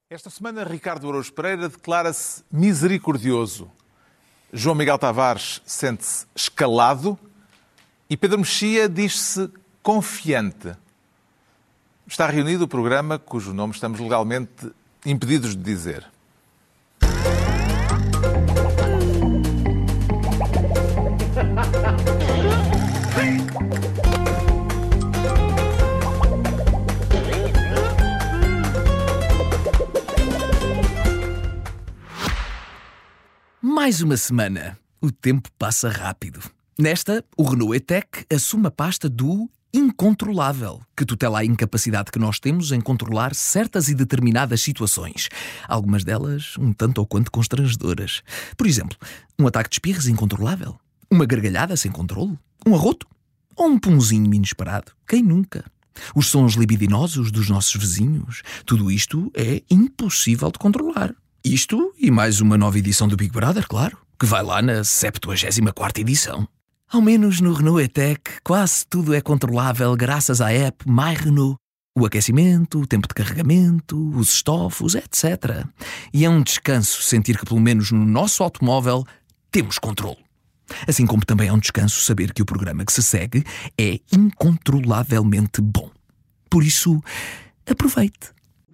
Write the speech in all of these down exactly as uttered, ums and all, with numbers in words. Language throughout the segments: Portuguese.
Esta semana, Ricardo Araújo Pereira declara-se misericordioso. João Miguel Tavares sente-se escalado e Pedro Mexia diz-se confiante. Está reunido o programa cujo nome estamos legalmente impedidos de dizer. Mais uma semana. O tempo passa rápido. Nesta, o Renault E-Tech assume a pasta do incontrolável, que tutela a incapacidade que nós temos em controlar certas e determinadas situações. Algumas delas um tanto ou quanto constrangedoras. Por exemplo, um ataque de espirros incontrolável? Uma gargalhada sem controle? Um arroto? Ou um punzinho inesperado? Quem nunca? Os sons libidinosos dos nossos vizinhos? Tudo isto é impossível de controlar. Isto e mais uma nova edição do Big Brother, claro, que vai lá na septuagésima quarta edição. Ao menos no Renault E-Tech, quase tudo é controlável graças à app My Renault. O aquecimento, o tempo de carregamento, os estofos, etcétera. E é um descanso sentir que, pelo menos no nosso automóvel, temos controle. Assim como também é um descanso saber que o programa que se segue é incontrolavelmente bom. Por isso, aproveite.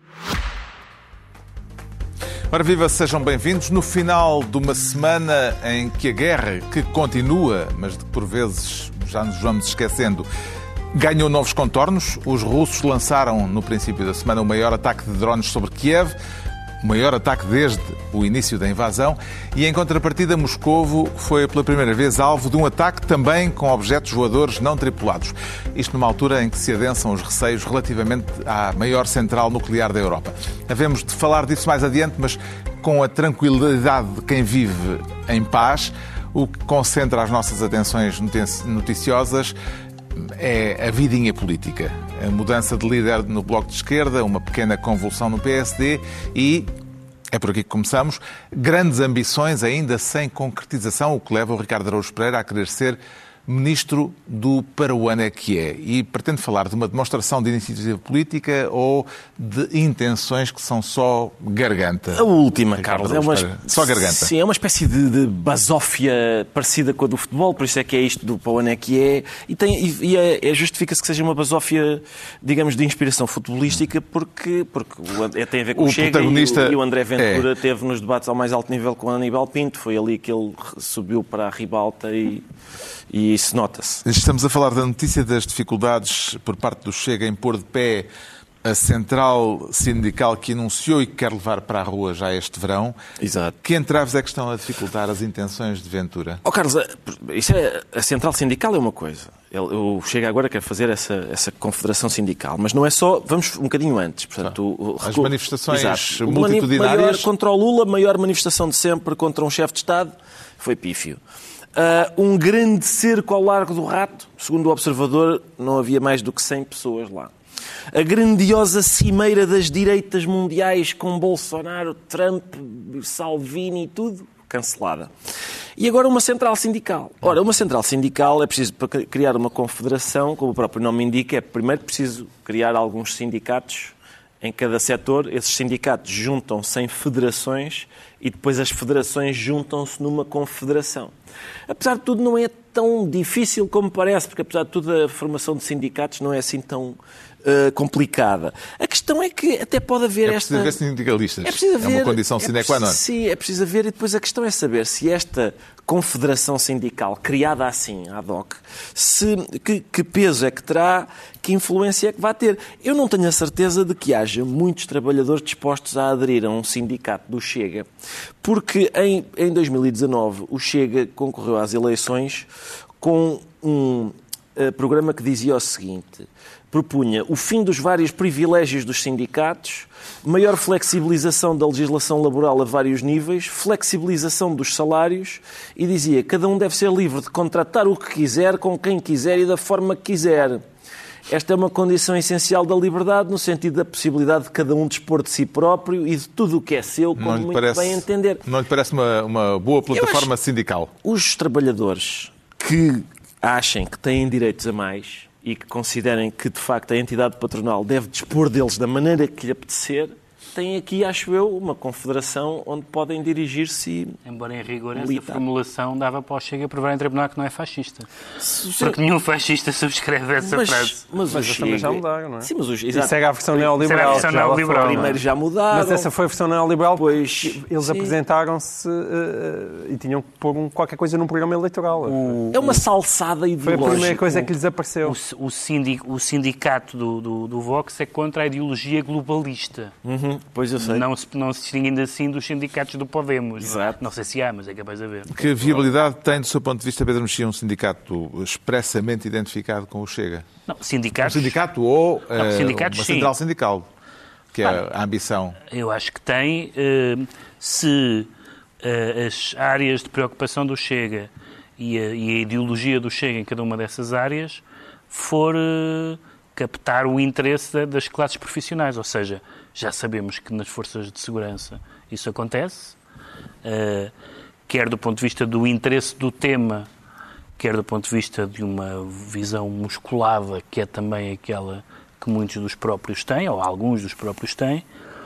Ora viva, sejam bem-vindos. No final de uma semana em que a guerra, que continua, mas de que por vezes já nos vamos esquecendo, ganhou novos contornos. Os russos lançaram no princípio da semana o maior ataque de drones sobre Kiev, o maior ataque desde o início da invasão, e em contrapartida Moscovo foi pela primeira vez alvo de um ataque também com objetos voadores não tripulados. Isto numa altura em que se adensam os receios relativamente à maior central nuclear da Europa. Havemos de falar disso mais adiante, mas com a tranquilidade de quem vive em paz. O que concentra as nossas atenções noticiosas é a vidinha política. A mudança de líder no Bloco de Esquerda, uma pequena convulsão no P S D e, é por aqui que começamos, grandes ambições ainda sem concretização, o que leva o Ricardo Araújo Pereira a querer ser ministro do para o ano é que é. E pretende falar de uma demonstração de iniciativa política ou de intenções que são só garganta? A última, Carlos. É uma... Só garganta. Sim, é uma espécie de, de basófia parecida com a do futebol, por isso é que é isto do para o ano é que é. E, tem, e, e é, é, justifica-se que seja uma basófia, digamos, de inspiração futebolística, porque, porque é, tem a ver com o, o Chega protagonista... e, o, e o André Ventura é. Teve nos debates ao mais alto nível com o Aníbal Pinto. Foi ali que ele subiu para a ribalta e... E isso nota-se. Estamos a falar da notícia das dificuldades por parte do Chega em pôr de pé a central sindical que anunciou e que quer levar para a rua já este verão. Exato. Que entraves é que estão a dificultar as intenções de Ventura? Oh, Carlos, isso é, a central sindical é uma coisa. O Chega agora quer fazer essa, essa confederação sindical, mas não é só... Vamos um bocadinho antes. Portanto, o, o, as manifestações exato, multitudinárias... Maior contra o Lula, maior manifestação de sempre contra um chefe de Estado, foi pífio. Uh, um grande cerco ao Largo do Rato, segundo o Observador, não havia mais do que cem pessoas lá. A grandiosa cimeira das direitas mundiais com Bolsonaro, Trump, Salvini e tudo, cancelada. E agora uma central sindical. Ora, uma central sindical é preciso, para criar uma confederação, como o próprio nome indica, é primeiro preciso criar alguns sindicatos em cada setor. Esses sindicatos juntam-se em federações e depois as federações juntam-se numa confederação. Apesar de tudo, não é tão difícil como parece, porque apesar de tudo a formação de sindicatos não é assim tão uh, complicada. A questão é que até pode haver é esta... É preciso haver sindicalistas. É, preciso haver... é uma condição sine qua non. É Sim, é preciso haver, e depois a questão é saber se esta confederação sindical, criada assim, ad hoc, se, que, que peso é que terá, que influência é que vai ter. Eu não tenho a certeza de que haja muitos trabalhadores dispostos a aderir a um sindicato do Chega, porque em, em dois mil e dezanove o Chega concorreu às eleições com um uh, programa que dizia o seguinte: propunha o fim dos vários privilégios dos sindicatos, maior flexibilização da legislação laboral a vários níveis, flexibilização dos salários, e dizia que cada um deve ser livre de contratar o que quiser, com quem quiser e da forma que quiser. Esta é uma condição essencial da liberdade, no sentido da possibilidade de cada um dispor de si próprio e de tudo o que é seu, como muito parece, bem entender. Não lhe parece uma, uma boa plataforma sindical? Os trabalhadores que achem que têm direitos a mais e que considerem que, de facto, a entidade patronal deve dispor deles da maneira que lhe apetecer, têm aqui, acho eu, uma confederação onde podem dirigir-se. Embora em rigor essa formulação dava para o Chega provar em tribunal que não é fascista. Se, Porque nenhum fascista subscreve essa mas, frase. Mas, mas os também já mudaram, não é? Sim, mas os, Isso é a versão neoliberal. A versão neoliberal. Primeiro já mudaram. Mas essa foi a versão neoliberal, pois eles sim. apresentaram-se uh, e tinham que pôr um, qualquer coisa num programa eleitoral. O, é uma salsada ideológica. Foi a primeira coisa que lhes apareceu. O, o, sindic, o sindicato do, do, do Vox é contra a ideologia globalista. Uhum, pois eu sei. Não se, não se distinguindo assim dos sindicatos do Podemos. Exato. Não sei se há, mas é capaz de haver. Que viabilidade tem, do seu ponto de vista, Pedro Mexia, um sindicato expressamente identificado com o Chega? Não, sindicatos... Um sindicato ou não, uh, sindicatos, uma sim. central sindical, que é ah, a ambição. Eu acho que tem. Uh, se uh, as áreas de preocupação do Chega e a, e a ideologia do Chega em cada uma dessas áreas for uh, captar o interesse da, das classes profissionais. Ou seja, já sabemos que nas forças de segurança isso acontece, uh, quer do ponto de vista do interesse do tema, quer do ponto de vista de uma visão musculada, que é também aquela que muitos dos próprios têm, ou alguns dos próprios têm.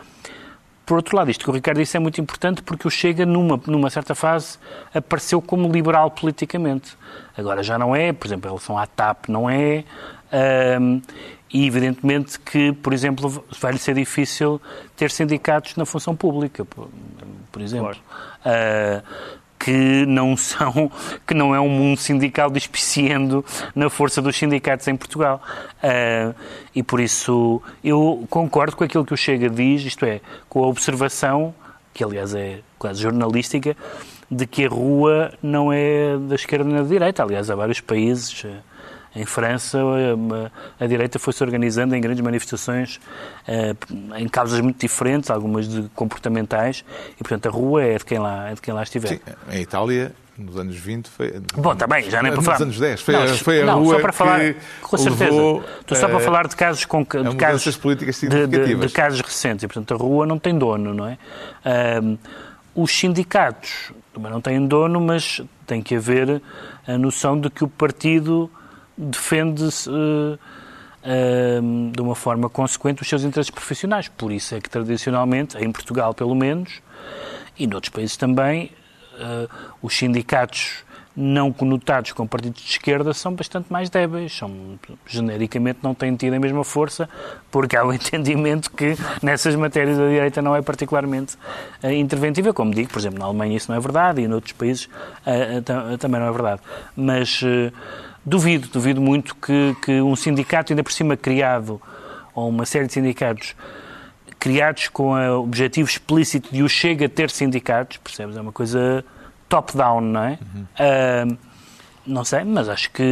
Por outro lado, isto que o Ricardo disse é muito importante porque o Chega, numa, numa certa fase, apareceu como liberal politicamente. Agora já não é, por exemplo, em relação à T A P não é, um, e evidentemente que, por exemplo, vai-lhe ser difícil ter sindicatos na função pública, por, por exemplo. Claro. Uh, que não são, que não é um mundo sindical despiciando na força dos sindicatos em Portugal. Uh, e por isso eu concordo com aquilo que o Chega diz, isto é, com a observação, que aliás é quase jornalística, de que a rua não é da esquerda nem da direita. Aliás, há vários países, em França, a, a direita foi-se organizando em grandes manifestações uh, em causas muito diferentes, algumas de comportamentais, e portanto a rua é de quem lá, é de quem lá estiver. Sim, em Itália, nos anos vinte, foi... Bom, está bem, já nem para falar... Nos anos dez, foi, não, foi a não, rua só para falar, que com certeza. levou... Estou só para falar de casos, com, de, casos políticas de, de, de casos recentes, e portanto a rua não tem dono, não é? Um, os sindicatos também não têm dono, mas tem que haver a noção de que o partido defende-se uh, uh, de uma forma consequente os seus interesses profissionais. Por isso é que, tradicionalmente, em Portugal pelo menos, e noutros países também, uh, os sindicatos não conotados com partidos de esquerda são bastante mais débeis, são, genericamente não têm tido a mesma força, porque há o entendimento que nessas matérias a direita não é particularmente uh, interventiva, como digo, por exemplo, na Alemanha isso não é verdade, e noutros países uh, uh, também não é verdade. Mas... Uh, Duvido, duvido muito que, que um sindicato, ainda por cima criado, ou uma série de sindicatos criados com o objetivo explícito de o Chega ter sindicatos, percebes? É uma coisa top-down, não é? Uhum. Uh, não sei, mas acho que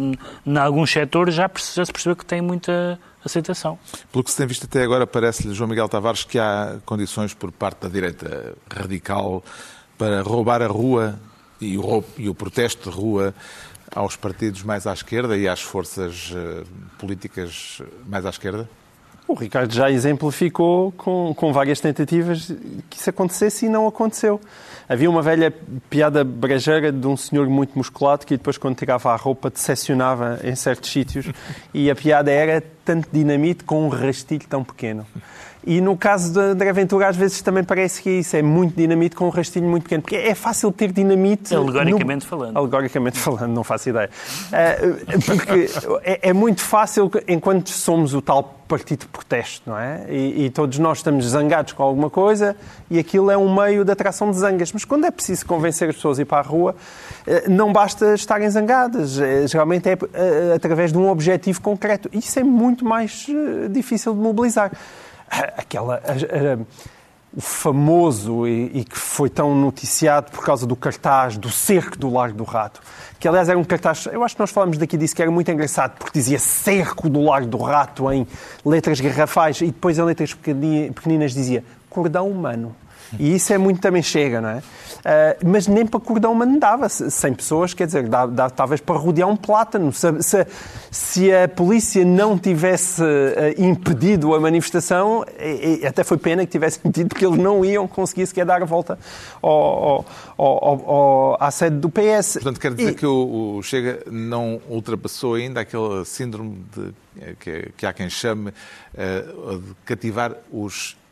em alguns setores já, já se percebeu que tem muita aceitação. Pelo que se tem visto até agora, parece-lhe, João Miguel Tavares, que há condições por parte da direita radical para roubar a rua e o, e o protesto de rua aos partidos mais à esquerda e às forças uh, políticas mais à esquerda? O Ricardo já exemplificou com, com várias tentativas que isso acontecesse e não aconteceu. Havia uma velha piada brejeira de um senhor muito musculado que depois, quando tirava a roupa, decepcionava em certos sítios, e a piada era tanto dinamite com um rastilho tão pequeno. E no caso de André Ventura, às vezes também parece que isso é muito dinamite com um rastilho muito pequeno. Porque é fácil ter dinamite... Alegoricamente no... falando. Alegoricamente falando, não faço ideia. Uh, porque é, é muito fácil, enquanto somos o tal partido de protesto, não é? E, e todos nós estamos zangados com alguma coisa e aquilo é um meio de atração de zangas. Mas quando é preciso convencer as pessoas a ir para a rua, não basta estarem zangadas. Geralmente é através de um objetivo concreto. Isso é muito mais difícil de mobilizar. Aquela, a, a, o famoso e, e que foi tão noticiado por causa do cartaz do cerco do Largo do Rato, que aliás era um cartaz, eu acho que nós falamos daqui disso, que era muito engraçado, porque dizia cerco do Largo do Rato em letras garrafais e depois em letras pequeninas dizia cordão humano. E isso é muito também Chega, não é? Uh, mas nem para cordão humano dava. cem pessoas, quer dizer, dava, dava talvez para rodear um plátano. Se, se, se a polícia não tivesse uh, impedido a manifestação, e, e até foi pena que tivesse impedido, porque eles não iam conseguir sequer dar a volta ao, ao, ao, ao, à sede do P S. Portanto, quer dizer e... que o, o Chega não ultrapassou ainda aquele síndrome de, que, que há quem chame uh, de cativar os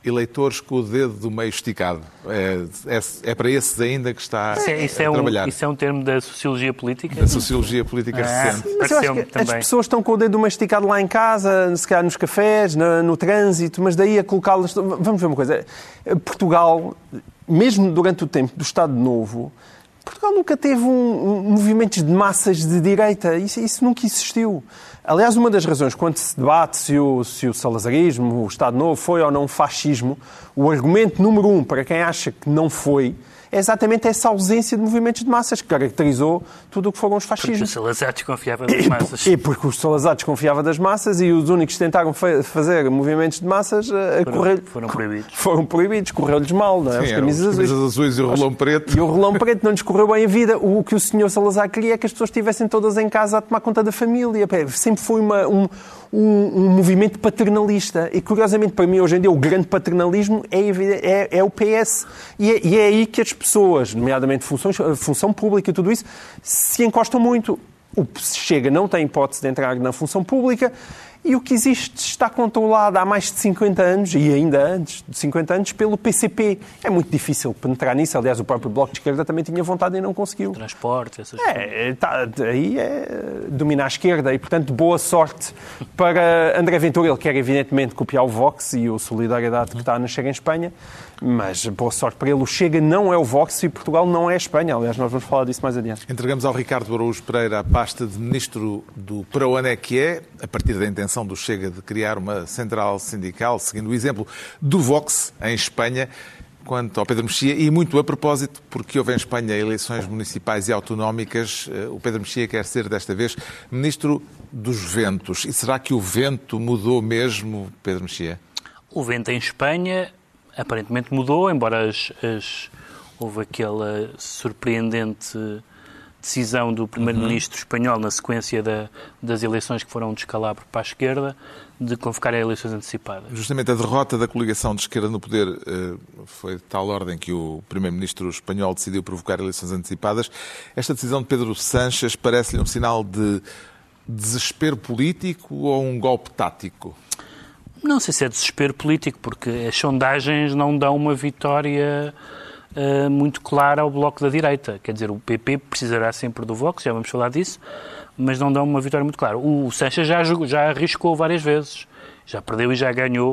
eleitores com o dedo do meio esticado. É, é, é para esses ainda que está isso é, isso a é trabalhar. Um, isso é um termo da sociologia política? Da sociologia política ah, recente. Mas eu acho que as pessoas estão com o dedo masticado lá em casa, se calhar nos cafés, no, no trânsito, mas daí a colocá-las... Vamos ver uma coisa. Portugal, mesmo durante o tempo do Estado Novo, Portugal nunca teve um, um, movimentos de massas de direita. Isso, isso nunca existiu. Aliás, uma das razões, quando se debate se o, se o salazarismo, o Estado Novo, foi ou não fascismo, o argumento número um para quem acha que não foi é exatamente essa ausência de movimentos de massas que caracterizou tudo o que foram os fascismos. Porque o Salazar desconfiava das massas. E porque o Salazar desconfiava das massas e os únicos que tentaram fa- fazer movimentos de massas a foram, correr... foram proibidos. Foram proibidos, correu-lhes mal, não é? Sim, Os camisas os azuis. camisas azuis e o rolão preto. E o rolão preto não lhes correu bem a vida. O que o senhor Salazar queria é que as pessoas estivessem todas em casa a tomar conta da família. Sempre foi uma, um, um, um movimento paternalista. E, curiosamente, para mim, hoje em dia, o grande paternalismo é, é, é o P S. E é, e é aí que as pessoas, nomeadamente funções, função pública e tudo isso, se encostam muito. O Chega não tem hipótese de entrar na função pública e o que existe está controlado há mais de cinquenta anos, e ainda antes de cinquenta anos, pelo P C P. É muito difícil penetrar nisso. Aliás, o próprio Bloco de Esquerda também tinha vontade e não conseguiu. Transporte, essas coisas. É, tá, aí é dominar a esquerda e, portanto, boa sorte para André Ventura. Ele quer, evidentemente, copiar o Vox e o Solidariedade que está a nascer em Espanha, mas boa sorte para ele. O Chega não é o Vox e Portugal não é a Espanha. Aliás, nós vamos falar disso mais adiante. Entregamos ao Ricardo Araújo Pereira a pasta de Ministro do Para onde é que é, a partir da intenção do Chega de criar uma central sindical, seguindo o exemplo do Vox em Espanha. Quanto ao Pedro Mexia, e muito a propósito, porque houve em Espanha eleições municipais e autonómicas, o Pedro Mexia quer ser, desta vez, Ministro dos Ventos. E será que o vento mudou mesmo, Pedro Mexia? O vento em Espanha aparentemente mudou, embora as, as, houve aquela surpreendente decisão do primeiro-ministro uhum. espanhol na sequência da, das eleições que foram um descalabro para a esquerda, de convocar eleições antecipadas. Justamente a derrota da coligação de esquerda no poder foi de tal ordem que o primeiro-ministro espanhol decidiu provocar eleições antecipadas. Esta decisão de Pedro Sánchez parece-lhe um sinal de desespero político ou um golpe tático? Não sei se é desespero político, porque as sondagens não dão uma vitória uh, muito clara ao Bloco da direita. Quer dizer, o P P precisará sempre do Vox, já vamos falar disso, mas não dão uma vitória muito clara. O Sánchez já, já arriscou várias vezes, já perdeu e já ganhou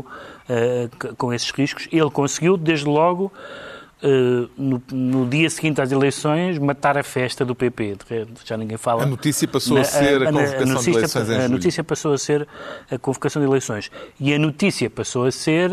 uh, com esses riscos. Ele conseguiu, desde logo, uh, no, no dia seguinte às eleições, matar a festa do P P. Já ninguém fala. A notícia passou na, a ser a, a convocação a notícia, de eleições em julho. A notícia passou a ser a convocação de eleições. E a notícia passou a ser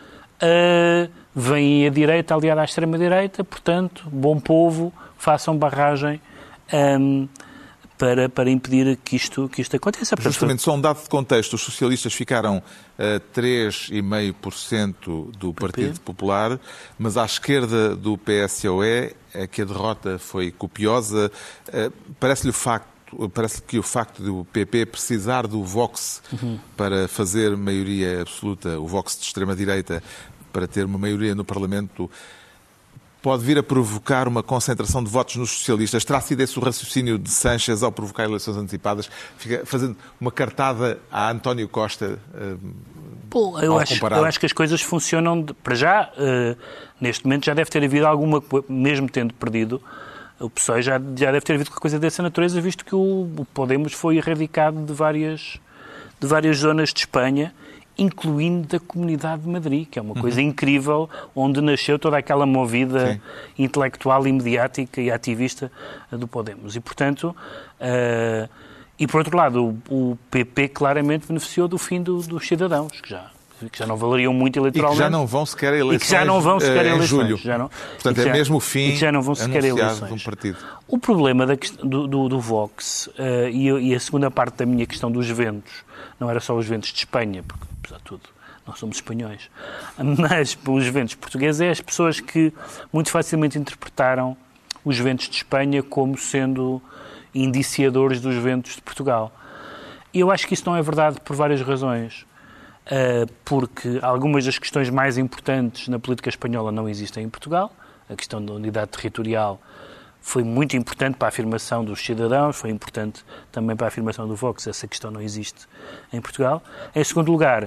uh, vem a direita aliada à extrema-direita, portanto, bom povo, façam barragem um, para, para impedir que isto, que isto aconteça. Portanto, justamente, só um dado de contexto, os socialistas ficaram a três vírgula cinco por cento do Partido Popular, mas à esquerda do P S O E é que a derrota foi copiosa. Parece-lhe o facto Parece que o facto do P P precisar do Vox uhum. para fazer maioria absoluta, o Vox de extrema-direita, para ter uma maioria no Parlamento, pode vir a provocar uma concentração de votos nos socialistas. Terá sido esse o raciocínio de Sánchez ao provocar eleições antecipadas, fica fazendo uma cartada a António Costa? Uh, Pô, eu, acho, eu acho que as coisas funcionam... De, para já, uh, neste momento, já deve ter havido alguma... Mesmo tendo perdido, o P S O E já, já deve ter havido coisa dessa natureza, visto que o, o Podemos foi erradicado de várias, de várias zonas de Espanha, incluindo da Comunidade de Madrid, que é uma coisa uhum. incrível, onde nasceu toda aquela movida Sim. intelectual e mediática e ativista do Podemos. E, portanto, uh, e por outro lado, o, o P P claramente beneficiou do fim do, dos cidadãos, que já, que já não valeriam muito eleitoralmente. E que já não vão sequer a eleições, e que já não vão sequer uh, em eleições, julho. Já não, Portanto, é já, mesmo o fim já não vão sequer anunciado de um partido. O problema da, do, do, do Vox, uh, e, e a segunda parte da minha questão dos ventos, não era só os ventos de Espanha, porque, apesar de tudo, nós somos espanhóis, mas os ventos portugueses é as pessoas que muito facilmente interpretaram os ventos de Espanha como sendo indiciadores dos ventos de Portugal. E eu acho que isso não é verdade por várias razões. Uh, porque algumas das questões mais importantes na política espanhola não existem em Portugal. A questão da unidade territorial foi muito importante para a afirmação dos cidadãos, foi importante também para a afirmação do Vox, essa questão não existe em Portugal. Em segundo lugar,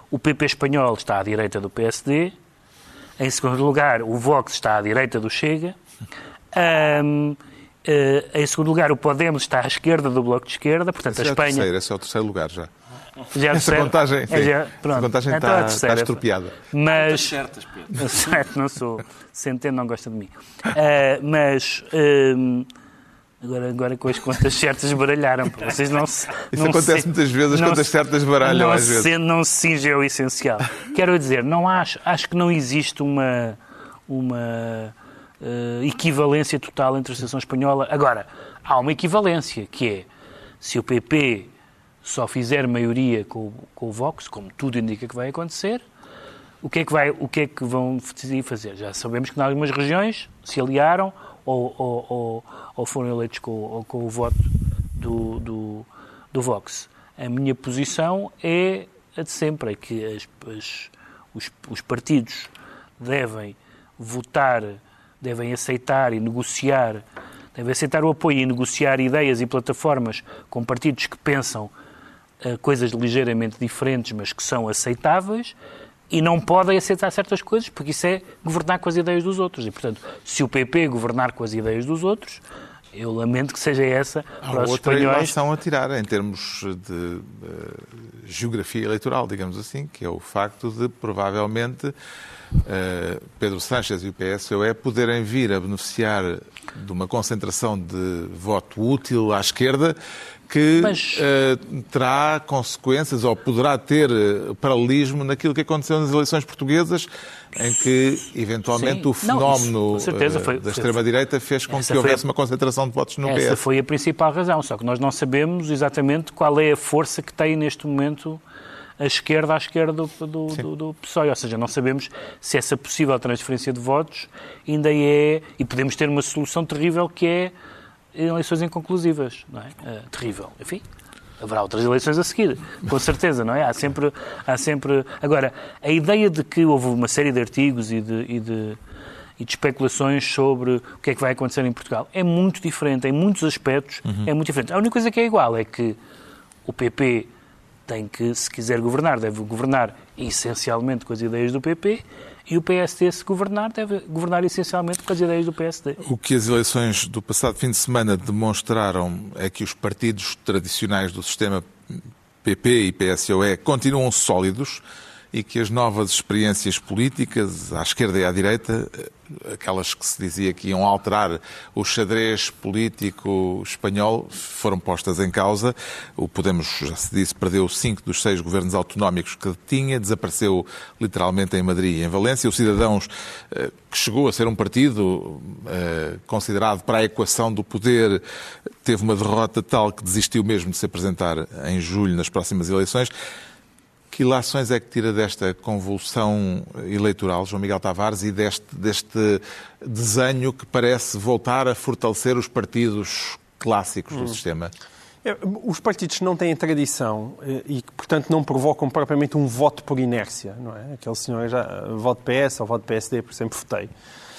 o P P espanhol está à direita do P S D. Em segundo lugar, o Vox está à direita do Chega. Um, uh, em segundo lugar, o Podemos está à esquerda do Bloco de Esquerda. Portanto, esse a Espanha... É o terceiro, esse é o terceiro lugar já. Já Essa contagem, é, já, essa contagem então está, é está estropiada. Mas... certas, Pedro. Certo, não sou. Centeno não gosta de mim. Uh, mas... Uh, Agora, agora com as contas certas baralharam. Vocês não se, Isso não acontece se, muitas vezes, as contas se, certas baralham não às se, vezes. Não se cinge ao essencial. Quero dizer, não acho, acho que não existe uma, uma uh, equivalência total entre a situação espanhola. Agora, há uma equivalência, que é, se o P P só fizer maioria com, com o Vox, como tudo indica que vai acontecer, o que é que, vai, o que, é que vão decidir fazer? Já sabemos que em algumas regiões se aliaram ou, ou, ou, ou foram eleitos com, com o voto do, do, do Vox. A minha posição é a de sempre, é que as, as, os, os partidos devem votar, devem aceitar e negociar, devem aceitar o apoio e negociar ideias e plataformas com partidos que pensam uh, coisas ligeiramente diferentes, mas que são aceitáveis, e não podem aceitar certas coisas, porque isso é governar com as ideias dos outros. E, portanto, se o P P governar com as ideias dos outros, eu lamento que seja essa para os outra espanhóis. ilação a tirar, em termos de uh, geografia eleitoral, digamos assim, que é o facto de, provavelmente, uh, Pedro Sánchez e o P S O E poderem vir a beneficiar de uma concentração de voto útil à esquerda que Mas... uh, terá consequências, ou poderá ter uh, paralelismo naquilo que aconteceu nas eleições portuguesas, em que, eventualmente, Sim. o fenómeno Não, certeza, foi, uh, da extrema-direita fez com que houvesse a, uma concentração de votos no P S. Essa foi a principal razão, só que nós não sabemos exatamente qual é a força que tem neste momento a esquerda à esquerda do, do, do, do P S O E, ou seja, não sabemos se essa possível transferência de votos ainda é... E podemos ter uma solução terrível que é eleições inconclusivas, não é? Uh, terrível. Enfim, haverá outras eleições a seguir, com certeza, não é? Há sempre... Há sempre... Agora, a ideia de que houve uma série de artigos e de, e de, e de especulações sobre o que é que vai acontecer em Portugal é muito diferente, em muitos aspectos uhum. é muito diferente. A única coisa que é igual é que o P P tem que, se quiser governar, deve governar essencialmente com as ideias do P P, e o P S D, se governar, deve governar essencialmente com as ideias do P S D. O que as eleições do passado fim de semana demonstraram é que os partidos tradicionais do sistema P P e P S O E continuam sólidos e que as novas experiências políticas, à esquerda e à direita, aquelas que se dizia que iam alterar o xadrez político espanhol, foram postas em causa. O Podemos, já se disse, perdeu cinco dos seis governos autonómicos que tinha, desapareceu literalmente em Madrid e em Valência. O Cidadãos, que chegou a ser um partido considerado para a equação do poder, teve uma derrota tal que desistiu mesmo de se apresentar em julho nas próximas eleições. Que ilações é que tira desta convulsão eleitoral, João Miguel Tavares, e deste, deste desenho que parece voltar a fortalecer os partidos clássicos do hum. sistema? Os partidos não têm tradição e que, portanto, não provocam propriamente um voto por inércia, não é? Aquele senhor já, voto P S ou voto P S D, por sempre votei.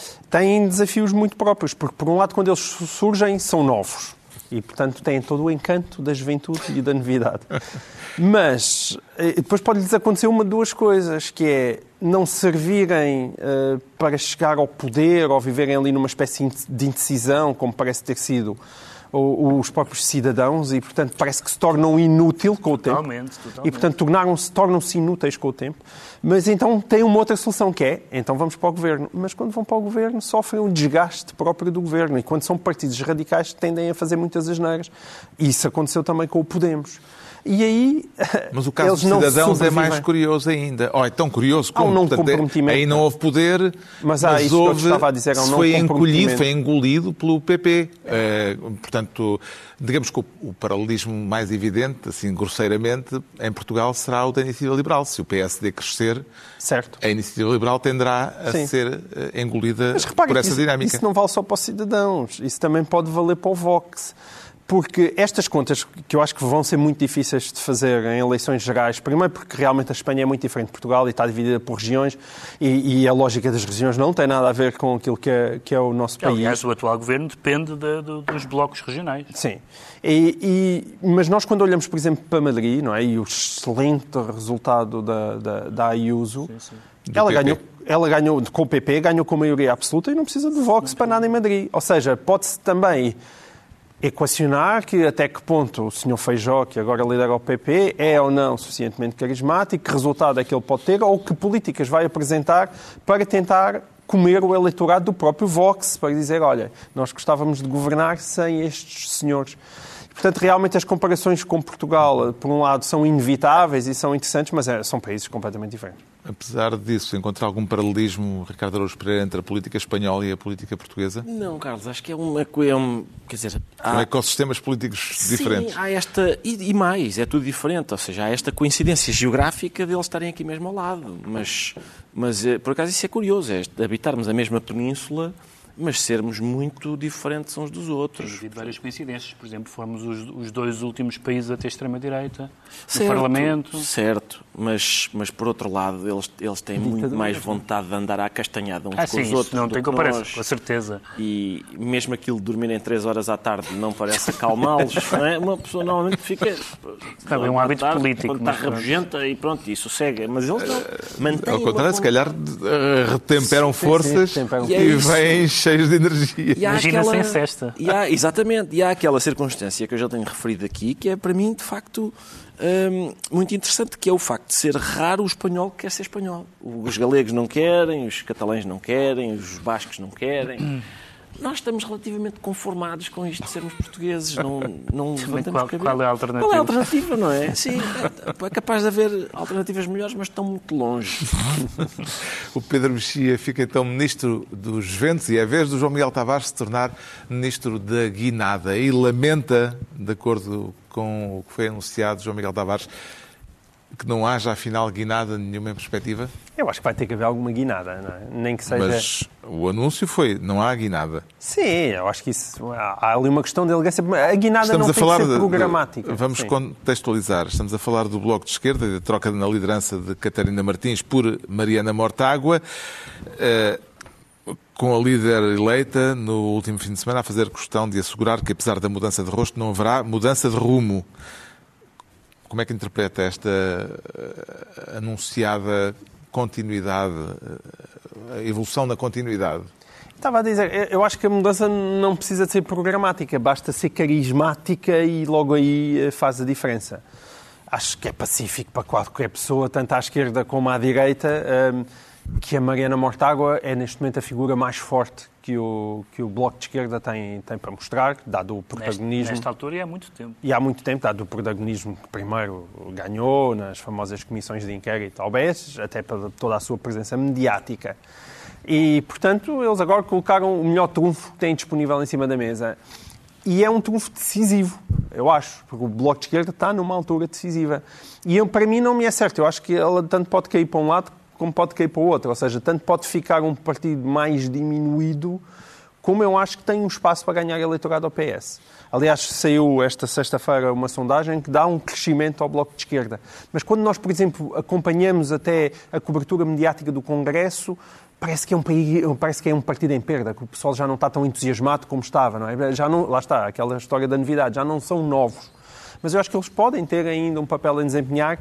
Têm desafios muito próprios, porque, por um lado, quando eles surgem, são novos. E, portanto, têm todo o encanto da juventude e da novidade. Mas depois pode-lhes acontecer uma de duas coisas, que é não servirem uh, para chegar ao poder ou viverem ali numa espécie de indecisão, como parece ter sido os próprios cidadãos, e, portanto, parece que se tornam inúteis com o tempo. Totalmente, totalmente. E, portanto, tornaram-se, tornam-se inúteis com o tempo. Mas então tem uma outra solução, que é, então vamos para o governo. Mas quando vão para o governo, sofrem um desgaste próprio do governo. E quando são partidos radicais, tendem a fazer muitas asneiras. E isso aconteceu também com o Podemos. E aí, mas o caso dos cidadãos é mais curioso ainda. Oh, é tão curioso como, há um não portanto, comprometimento. Aí não houve poder, mas, há, mas isso houve, que eu estava a dizer, há um não foi encolhido, foi engolido pelo P P. É. Uh, portanto, digamos que o, o paralelismo mais evidente, assim, grosseiramente, em Portugal será o da Iniciativa Liberal. Se o P S D crescer, certo. A Iniciativa Liberal tenderá a Sim. ser uh, engolida mas repare por essa isso, dinâmica. Isso não vale só para os cidadãos, isso também pode valer para o Vox. Porque estas contas, que eu acho que vão ser muito difíceis de fazer em eleições gerais, primeiro porque realmente a Espanha é muito diferente de Portugal e está dividida por regiões e, e a lógica das regiões não tem nada a ver com aquilo que é, que é o nosso país. Aliás, o atual governo depende de, de, dos blocos regionais. Sim. E, e, mas nós, quando olhamos, por exemplo, para Madrid, não é? E o excelente resultado da, da, da Ayuso, sim, sim. ela ganhou... Ela ganhou com o P P, ganhou com maioria absoluta e não precisa de Vox para nada em Madrid. Ou seja, pode-se também equacionar que até que ponto o senhor Feijóo, que agora lidera o P P, é ou não suficientemente carismático, que resultado é que ele pode ter ou que políticas vai apresentar para tentar comer o eleitorado do próprio Vox, para dizer, olha, nós gostávamos de governar sem estes senhores. Portanto, realmente as comparações com Portugal, por um lado, são inevitáveis e são interessantes, mas é, são países completamente diferentes. Apesar disso, encontrar algum paralelismo, Ricardo Araújo Pereira, entre a política espanhola e a política portuguesa? Não, Carlos, acho que é uma coisa... Quer dizer, há... São ecossistemas políticos Sim, diferentes. há esta... E, e mais, é tudo diferente. Ou seja, há esta coincidência geográfica de eles estarem aqui mesmo ao lado. Mas, mas por acaso, isso é curioso. É habitarmos a mesma península, mas sermos muito diferentes uns dos outros. Tem havido várias coincidências. Por exemplo, fomos os, os dois últimos países a ter extrema-direita no Parlamento. Certo, mas, mas por outro lado, eles, eles têm muito mais vontade de andar à castanhada uns ah, com sim, os isso outros. Não tem comparação, com certeza. E mesmo aquilo de dormirem três horas à tarde não parece acalmá-los. Não é? Uma pessoa normalmente fica... É um hábito tarde, político. Quando está rabugenta e pronto, e sossega. Mas eles não mantêm... Ao contrário, se calhar retemperam forças sim, sim, sim, e, é e vêm cheios de energia. Imagina aquela... sem cesta. E há, exatamente. E há aquela circunstância que eu já tenho referido aqui, que é para mim, de facto, hum, muito interessante, que é o facto de ser raro o espanhol que quer ser espanhol. Os galegos não querem, os catalães não querem, os bascos não querem. Nós estamos relativamente conformados com isto de sermos portugueses. Não, não qual, qual é a alternativa? Qual é a alternativa, não é? Sim, é capaz de haver alternativas melhores, mas estão muito longe. O Pedro Mexia fica então ministro dos Ventos e é a vez do João Miguel Tavares se tornar ministro da Guinada. E lamenta, de acordo com o que foi anunciado, João Miguel Tavares, que não haja, afinal, guinada nenhuma em perspectiva? Eu acho que vai ter que haver alguma guinada, não é? Nem que seja... Mas o anúncio foi, não há guinada. Sim, eu acho que isso... Há ali uma questão de elegância. A guinada Estamos não a tem falar que ser de, programática. De, vamos Sim. contextualizar. Estamos a falar do Bloco de Esquerda e da troca na liderança de Catarina Martins por Mariana Mortágua, eh, com a líder eleita no último fim de semana a fazer questão de assegurar que, apesar da mudança de rosto, não haverá mudança de rumo. Como é que interpreta esta uh, anunciada continuidade, uh, a evolução na continuidade? Estava a dizer, eu acho que a mudança não precisa de ser programática, basta ser carismática e logo aí faz a diferença. Acho que é pacífico para qualquer pessoa, tanto à esquerda como à direita, um, que a Mariana Mortágua é neste momento a figura mais forte que o, que o Bloco de Esquerda tem, tem para mostrar, dado o protagonismo. Nesta altura e há muito tempo. E há muito tempo, dado o protagonismo que primeiro ganhou nas famosas comissões de inquérito ao B E S, até para toda a sua presença mediática. E, portanto, eles agora colocaram o melhor trunfo que têm disponível em cima da mesa. E é um trunfo decisivo, eu acho, porque o Bloco de Esquerda está numa altura decisiva. E eu, para mim não me é certo, eu acho que ela tanto pode cair para um lado como pode cair para o outro, ou seja, tanto pode ficar um partido mais diminuído, como eu acho que tem um espaço para ganhar eleitorado ao P S. Aliás, saiu esta sexta-feira uma sondagem que dá um crescimento ao Bloco de Esquerda. Mas quando nós, por exemplo, acompanhamos até a cobertura mediática do Congresso, parece que é um, parece que é um partido em perda, que o pessoal já não está tão entusiasmado como estava, não é? Já não, lá está, aquela história da novidade, já não são novos. Mas eu acho que eles podem ter ainda um papel a desempenhar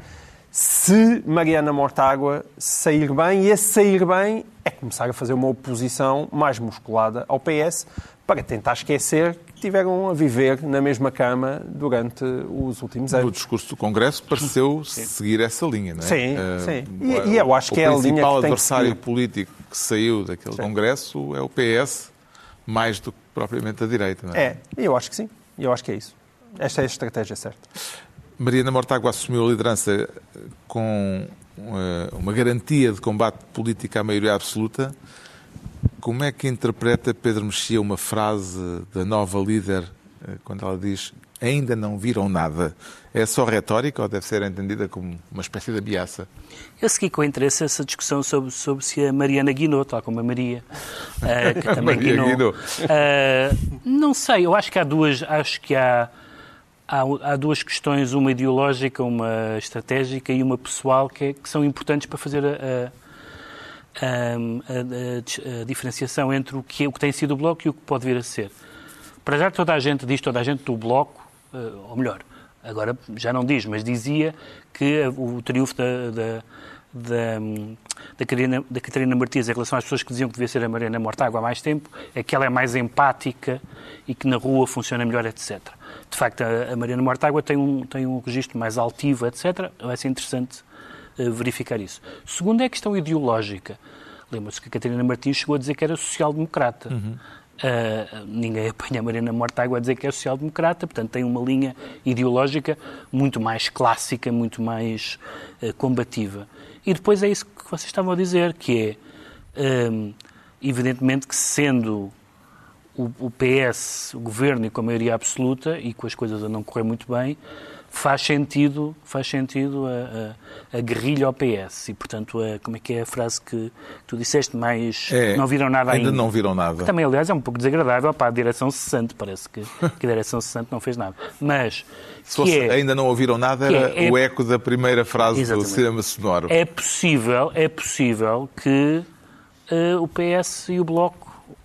se Mariana Mortágua sair bem, e esse sair bem é começar a fazer uma oposição mais musculada ao P S para tentar esquecer que tiveram a viver na mesma cama durante os últimos anos. No discurso do Congresso pareceu seguir essa linha, não é? Sim, uh, sim. E, e eu acho que é a linha que tem que seguir. O principal adversário político que saiu daquele sim. Congresso é o P S, mais do que propriamente a direita, não é? É, eu acho que sim. Eu acho que é isso. Esta é a estratégia certa. Mariana Mortágua assumiu a liderança com uma garantia de combate político à maioria absoluta. Como é que interpreta Pedro Mexia uma frase da nova líder quando ela diz ainda não viram nada. É só retórica ou deve ser entendida como uma espécie de ameaça? Eu segui com interesse essa discussão sobre, sobre se a Mariana guinou, tal como a Maria, uh, que também Maria guinou. guinou. Uh, não sei, eu acho que há duas, acho que há, há, há duas questões, uma ideológica, uma estratégica e uma pessoal, que, é, que são importantes para fazer a, a, a, a, a diferenciação entre o que, o que tem sido o Bloco e o que pode vir a ser. Para já toda a gente diz, toda a gente do Bloco, uh, ou melhor, agora já não diz, mas dizia que o triunfo da, da, da, da, Catarina, da Catarina Martins em relação às pessoas que diziam que devia ser a Mariana Mortágua há mais tempo, é que ela é mais empática e que na rua funciona melhor, etcétera. De facto, a, a Mariana Mortágua tem um, tem um registro mais altivo, etcétera. Vai ser interessante uh, verificar isso. Segundo é a questão ideológica. Lembra-se que a Catarina Martins chegou a dizer que era social-democrata. Uhum. Uh, ninguém apanha a Mariana Mortágua a dizer que é social-democrata, portanto tem uma linha ideológica muito mais clássica, muito mais uh, combativa. E depois é isso que vocês estavam a dizer, que é, um, evidentemente que sendo o, o P S, o governo e com a maioria absoluta, e com as coisas a não correr muito bem, faz sentido, faz sentido a, a, a guerrilha ao P S. E, portanto, a, como é que é a frase que tu disseste? Mais é, não viram nada ainda. Ainda não viram nada. Que também, aliás, é um pouco desagradável para a direção cessante. Parece que, que a direção cessante não fez nada. Mas, se fosse, é, ainda não ouviram nada, era é, é, o eco da primeira frase exatamente. Do cinema sonoro. É possível, é possível que uh, o P S e o Bloco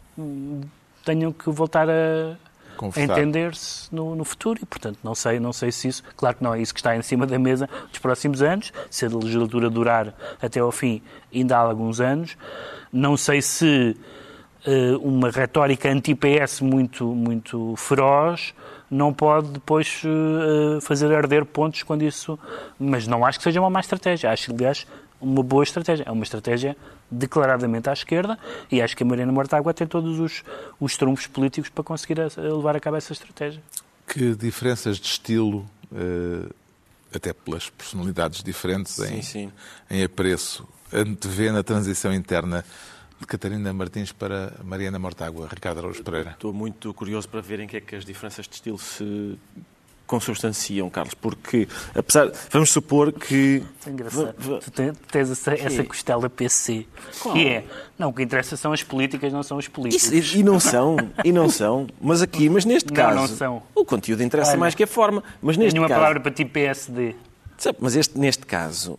tenham que voltar a... a entender-se no, no futuro e, portanto, não sei, não sei se isso... Claro que não é isso que está em cima da mesa dos próximos anos. Se a legislatura durar até ao fim, ainda há alguns anos. Não sei se uh, uma retórica anti-P S muito, muito feroz não pode depois uh, fazer arder pontos quando isso... Mas não acho que seja uma má estratégia. Acho, aliás, uma boa estratégia. É uma estratégia declaradamente à esquerda e acho que a Mariana Mortágua tem todos os, os trunfos políticos para conseguir a, a levar a cabo essa estratégia. Que diferenças de estilo, uh, até pelas personalidades diferentes sim, em, sim. em apreço, antevê na transição interna de Catarina Martins para Mariana Mortágua? Ricardo Araújo Pereira. Estou muito curioso para ver em que é que as diferenças de estilo se consubstanciam, Carlos, porque, apesar... Vamos supor que... É engraçado. V- v- tu tens essa, essa costela P C. Qual? Que é... Não, o que interessa são as políticas, não são os políticos. Isso, e não são, e não são. Mas aqui, mas neste não, caso... Não, são. O conteúdo interessa Olha, mais que a forma. Mas neste nenhuma caso... palavra para ti P S D. Mas este, neste caso...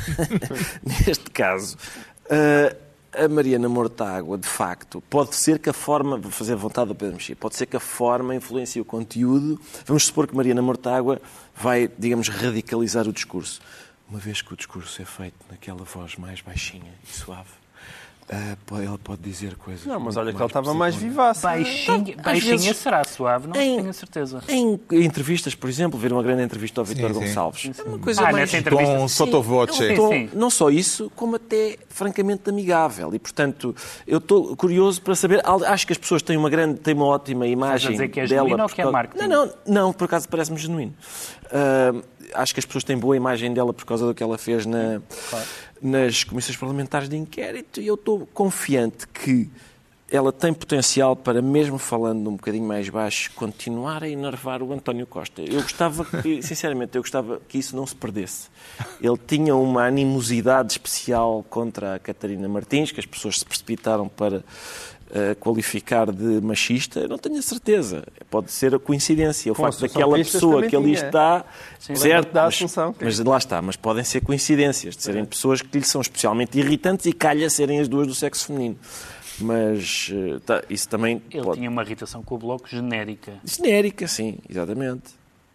neste caso... Uh, a Mariana Mortágua, de facto, pode ser que a forma, vou fazer a vontade do Pedro Mexia, pode ser que a forma influencie o conteúdo. Vamos supor que Mariana Mortágua vai, digamos, radicalizar o discurso. Uma vez que o discurso é feito naquela voz mais baixinha e suave, uh, ela pode dizer coisas... Não, mas olha que ela estava mais vivaça. Baixinha, Às baixinha vezes, será suave, não em, tenho a certeza. Em entrevistas, por exemplo, ver uma grande entrevista ao Vítor Gonçalves. Sim, sim. É uma coisa ah, mais... nessa entrevista, tom sottovoce. Não só isso, como até francamente amigável. E, portanto, eu estou curioso para saber... Acho que as pessoas têm uma grande, têm uma ótima imagem dizer que é dela. genuíno ou que é marketing? Não, não, não, por acaso parece-me genuíno. Uh, acho que as pessoas têm boa imagem dela por causa do que ela fez na, claro. nas comissões parlamentares de inquérito, e eu estou confiante que ela tem potencial para, mesmo falando um bocadinho mais baixo, continuar a enervar o António Costa. Eu gostava que, sinceramente, eu gostava que isso não se perdesse. Ele tinha uma animosidade especial contra a Catarina Martins, que as pessoas se precipitaram para uh, qualificar de machista. Eu não tenho a certeza. Pode ser a coincidência. O Pô, facto daquela pessoa que ali está... Sim, certo, da mas, Assunção, mas lá está. Mas podem ser coincidências, de serem pessoas que lhe são especialmente irritantes e calha serem as duas do sexo feminino. Mas tá, isso também... Ele pode... tinha uma irritação com o Bloco genérica. Genérica, sim, exatamente.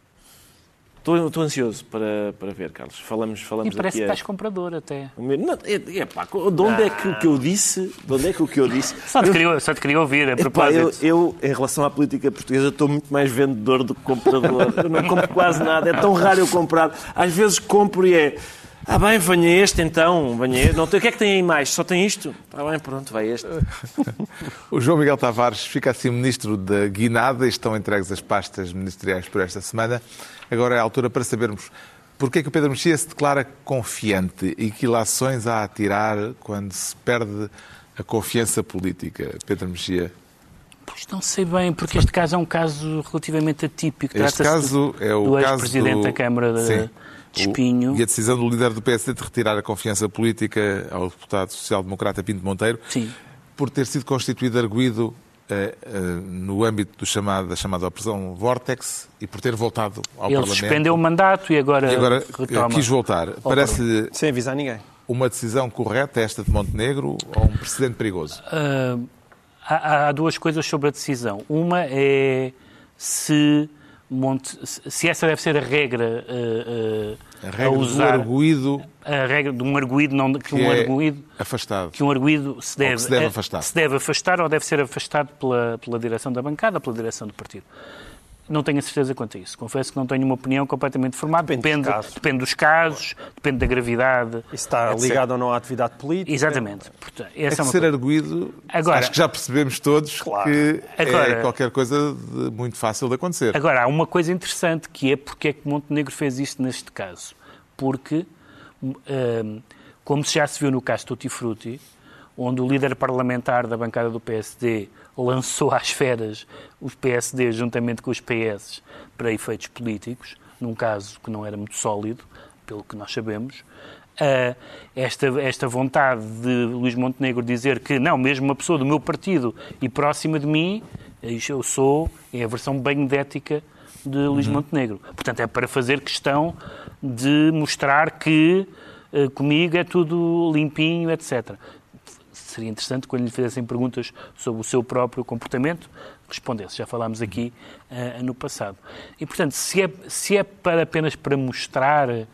Estou, estou ansioso para, para ver, Carlos. Falamos, falamos e parece daqui que estás comprador até. Não, é, é, pá, de onde ah. é que o que eu disse... De onde é que o que eu disse... Só te queria, só te queria ouvir, a propósito. Eu, eu, em relação à política portuguesa, estou muito mais vendedor do que comprador. Eu não compro quase nada. É tão raro eu comprar. Às vezes compro e é... Ah, bem, venha este então, venha este. Não tem, o que é que tem aí mais? Só tem isto? Ah, bem, pronto, vai este. O João Miguel Tavares fica assim ministro da Guinada e estão entregues as pastas ministeriais por esta semana. Agora é a altura para sabermos porque é que o Pedro Mexia se declara confiante e que ilações há a tirar quando se perde a confiança política. Pedro Mexia. Pois não sei bem, porque este caso é um caso relativamente atípico. Este caso do, é o do caso ex-presidente do... da Câmara de, Sim. de Espinho. O... E a decisão do líder do P S D de retirar a confiança política ao deputado social-democrata Pinto Monteiro, Sim. por ter sido constituído arguido uh, uh, no âmbito do chamado, da chamada Operação Vortex e por ter voltado ao Ele Parlamento. Ele suspendeu o mandato e agora, e agora retoma. quis voltar. Parece-lhe sem avisar ninguém. Uma decisão correta esta de Montenegro ou um precedente perigoso? Uh, há, há duas coisas sobre a decisão. Uma é se, Monte, se essa deve ser a regra, uh, uh, a regra a usar, do arguido, a regra de um arguido, não, que, que um é arguido, afastado. que um arguido se deve, se deve afastar. Se deve afastar ou deve ser afastado pela, pela direção da bancada, pela direção do partido. Não tenho a certeza quanto a isso. Confesso que não tenho uma opinião completamente formada. Depende, depende, dos, depende dos casos, depende da gravidade. Isso está etcétera ligado ou não à atividade política. Exatamente. Portanto, essa é que é uma ser coisa. arguido, Agora, acho que já percebemos todos claro. que Agora, é qualquer coisa de muito fácil de acontecer. Agora, há uma coisa interessante, que é porque é que Montenegro fez isto neste caso. Porque, um, como já se viu no caso Tutti Frutti, onde o líder parlamentar da bancada do P S D lançou às feras os P S D juntamente com os P S para efeitos políticos, num caso que não era muito sólido, pelo que nós sabemos, uh, esta, esta vontade de Luís Montenegro dizer que não, mesmo uma pessoa do meu partido e próxima de mim, eu sou, é a versão benedética de Luís uhum. Montenegro. Portanto, é para fazer questão de mostrar que uh, comigo é tudo limpinho, etcétera. Seria interessante, quando lhe fizessem perguntas sobre o seu próprio comportamento, respondesse. Já falámos aqui uh, no passado. E, portanto, se é, se é para, apenas para mostrar uh,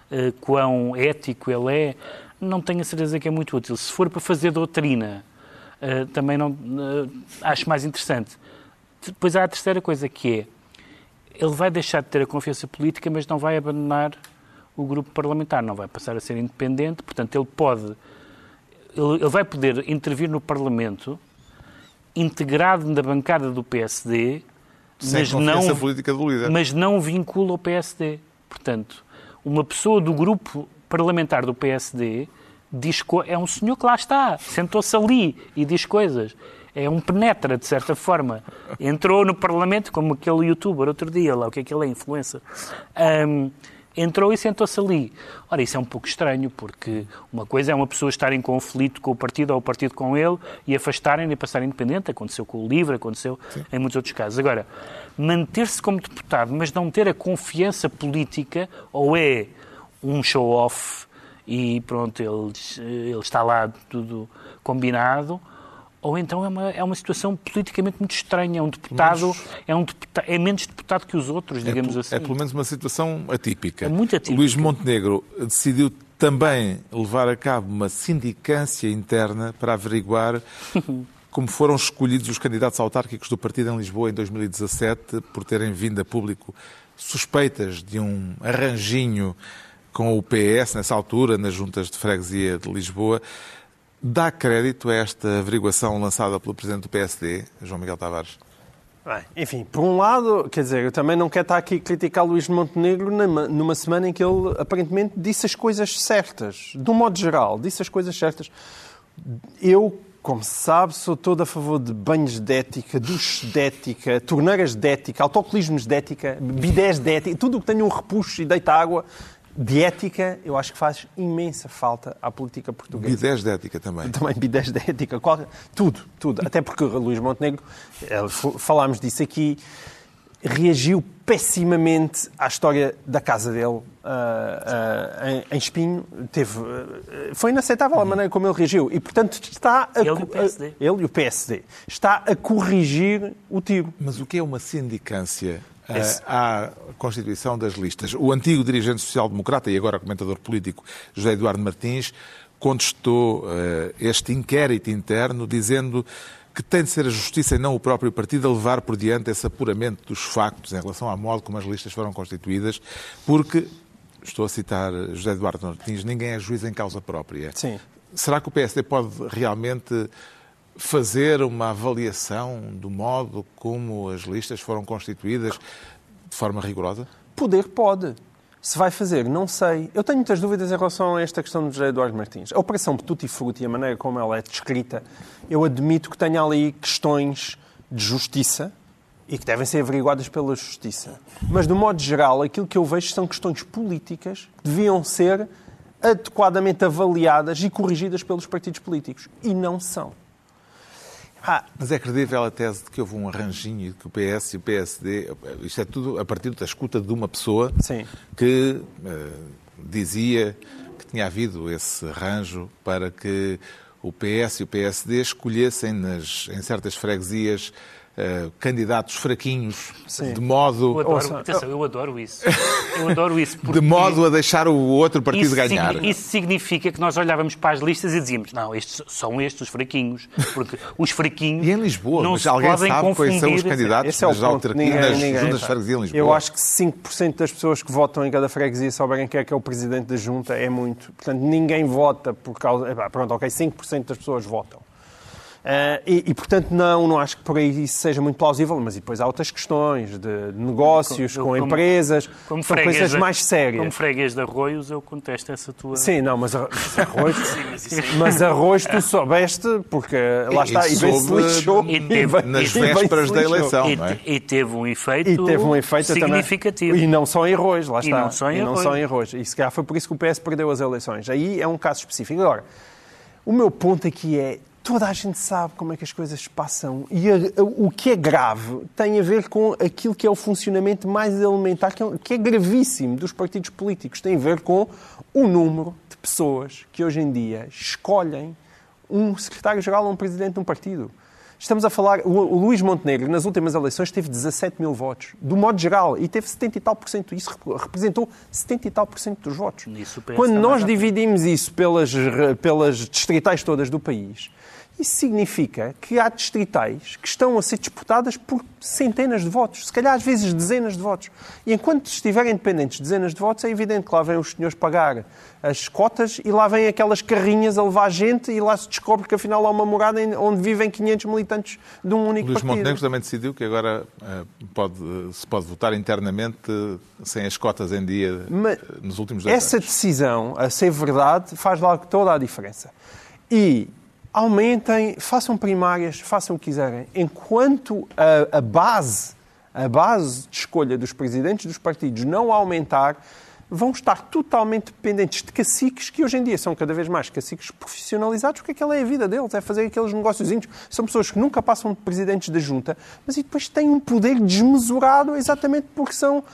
quão ético ele é, não tenho a certeza que é muito útil. Se for para fazer doutrina, uh, também não uh, acho mais interessante. Depois há a terceira coisa, que é, ele vai deixar de ter a confiança política, mas não vai abandonar o grupo parlamentar, não vai passar a ser independente, portanto, ele pode... Ele vai poder intervir no Parlamento integrado na bancada do P S D, mas não, política do líder. mas não vincula o P S D. Portanto, uma pessoa do grupo parlamentar do P S D diz, é um senhor que lá está, sentou-se ali e diz coisas. É um penetra, de certa forma. Entrou no Parlamento, como aquele youtuber outro dia, lá o que é que ele é, influencer. Um, Entrou e sentou-se ali. Ora, isso é um pouco estranho, porque uma coisa é uma pessoa estar em conflito com o partido ou o partido com ele e afastarem e passar independente. Aconteceu com o LIVRE, aconteceu Sim. em muitos outros casos. Agora, manter-se como deputado, mas não ter a confiança política, ou é um show-off e pronto, ele, ele está lá tudo combinado, ou então é uma, é uma situação politicamente muito estranha. É um deputado, menos, é, um deputado é menos deputado que os outros, digamos é, assim. É pelo menos uma situação atípica. É muito atípica. Luís Montenegro decidiu também levar a cabo uma sindicância interna para averiguar como foram escolhidos os candidatos autárquicos do partido em Lisboa em dois mil e dezassete, por terem vindo a público suspeitas de um arranjinho com o P S, nessa altura, nas juntas de freguesia de Lisboa. Dá crédito a esta averiguação lançada pelo Presidente do P S D, João Miguel Tavares? Bem, enfim, por um lado, quer dizer, eu também não quero estar aqui a criticar Luís Montenegro numa, numa semana em que ele aparentemente disse as coisas certas. De um modo geral, disse as coisas certas. Eu, como se sabe, sou todo a favor de banhos de ética, duches de ética, torneiras de ética, autocolismos de ética, bidés de ética, tudo o que tenha um repuxo e deita água. De ética, eu acho que faz imensa falta à política portuguesa. Bidés de ética também. Também bidés de ética. Qual... Tudo, tudo. Até porque o Luís Montenegro, falámos disso aqui, reagiu pessimamente à história da casa dele uh, uh, em, em Espinho. Teve, uh, foi inaceitável a maneira como ele reagiu. E, portanto, está a... Ele e o P S D. Ele e o P S D. Está a corrigir o tiro. Mas o que é uma sindicância à constituição das listas? O antigo dirigente social-democrata e agora comentador político José Eduardo Martins contestou uh, este inquérito interno dizendo que tem de ser a Justiça e não o próprio partido a levar por diante esse apuramento dos factos em relação ao modo como as listas foram constituídas, porque, estou a citar José Eduardo Martins, ninguém é juiz em causa própria. Sim. Será que o P S D pode realmente fazer uma avaliação do modo como as listas foram constituídas de forma rigorosa? Poder pode. Se vai fazer, não sei. Eu tenho muitas dúvidas em relação a esta questão de José Eduardo Martins. A Operação Tutti Frutti e a maneira como ela é descrita, eu admito que tenha ali questões de justiça e que devem ser averiguadas pela justiça. Mas, de modo geral, aquilo que eu vejo são questões políticas que deviam ser adequadamente avaliadas e corrigidas pelos partidos políticos. E não são. Ah, mas é credível a tese de que houve um arranjinho e que o P S e o P S D... Isto é tudo a partir da escuta de uma pessoa Sim. que uh, dizia que tinha havido esse arranjo para que o P S e o P S D escolhessem nas, em certas freguesias uh, candidatos fraquinhos, Sim. de modo... Eu adoro, atenção, eu adoro isso. Eu adoro isso. De modo a deixar o outro partido isso ganhar. Signi- isso significa que nós olhávamos para as listas e dizíamos, não, estes, são estes os fraquinhos, porque os fraquinhos E em Lisboa, não mas se alguém podem sabe confundir. quais são os candidatos Esse é o nas ponto. autarquias, Ninguém- nas ninguém juntas de sabe. freguesia em Lisboa. Eu acho que cinco por cento das pessoas que votam em cada freguesia souberem quem é que é o presidente da junta é muito. Portanto, ninguém vota por causa... Epá, pronto, ok, cinco por cento das pessoas votam. Uh, e, e, portanto, não, não acho que por aí isso seja muito plausível, mas e depois há outras questões de negócios Eu, com como- empresas, como são freguês coisas da- mais sérias. Como freguês de Arroios, eu contesto essa tua... Sim, não, mas arro- arroz, mas arroz tu soubeste, porque lá está, e, E bem se soube lixou. e teve- bem- nas e bem vésperas se da lixou. eleição. E, não é? e teve um efeito, E teve um efeito significativo. também. E não só em arroz, lá E está. não só em e não arroz. só em arroz. E se calhar foi por isso que o P S perdeu as eleições. Aí é um caso específico. Agora, o meu ponto aqui é, toda a gente sabe como é que as coisas se passam e a, a, o que é grave tem a ver com aquilo que é o funcionamento mais elementar, que é, que é gravíssimo dos partidos políticos. Tem a ver com o número de pessoas que hoje em dia escolhem um secretário-geral ou um presidente de um partido. Estamos a falar... O, o Luís Montenegro, nas últimas eleições, teve dezassete mil votos, do modo geral, e teve setenta e tal por cento. Isso representou setenta e tal por cento dos votos. Nisso o P S Quando está nós mais à frente. dividimos isso pelas, pelas distritais todas do país, isso significa que há distritais que estão a ser disputadas por centenas de votos, se calhar às vezes dezenas de votos. E enquanto estiverem dependentes de dezenas de votos, é evidente que lá vêm os senhores pagar as cotas e lá vêm aquelas carrinhas a levar gente e lá se descobre que afinal há uma morada onde vivem quinhentos militantes de um único Luís partido. Montenegro também decidiu que agora eh, pode, se pode votar internamente eh, sem as cotas em dia Mas eh, nos últimos dois essa anos. decisão, a ser verdade, faz lá toda a diferença. E aumentem, façam primárias, façam o que quiserem. Enquanto a, a base, a base de escolha dos presidentes dos partidos não aumentar, vão estar totalmente dependentes de caciques que hoje em dia são cada vez mais caciques profissionalizados, porque aquela é a vida deles, é fazer aqueles negóciozinhos. São pessoas que nunca passam de presidentes da junta, mas e depois têm um poder desmesurado exatamente porque são...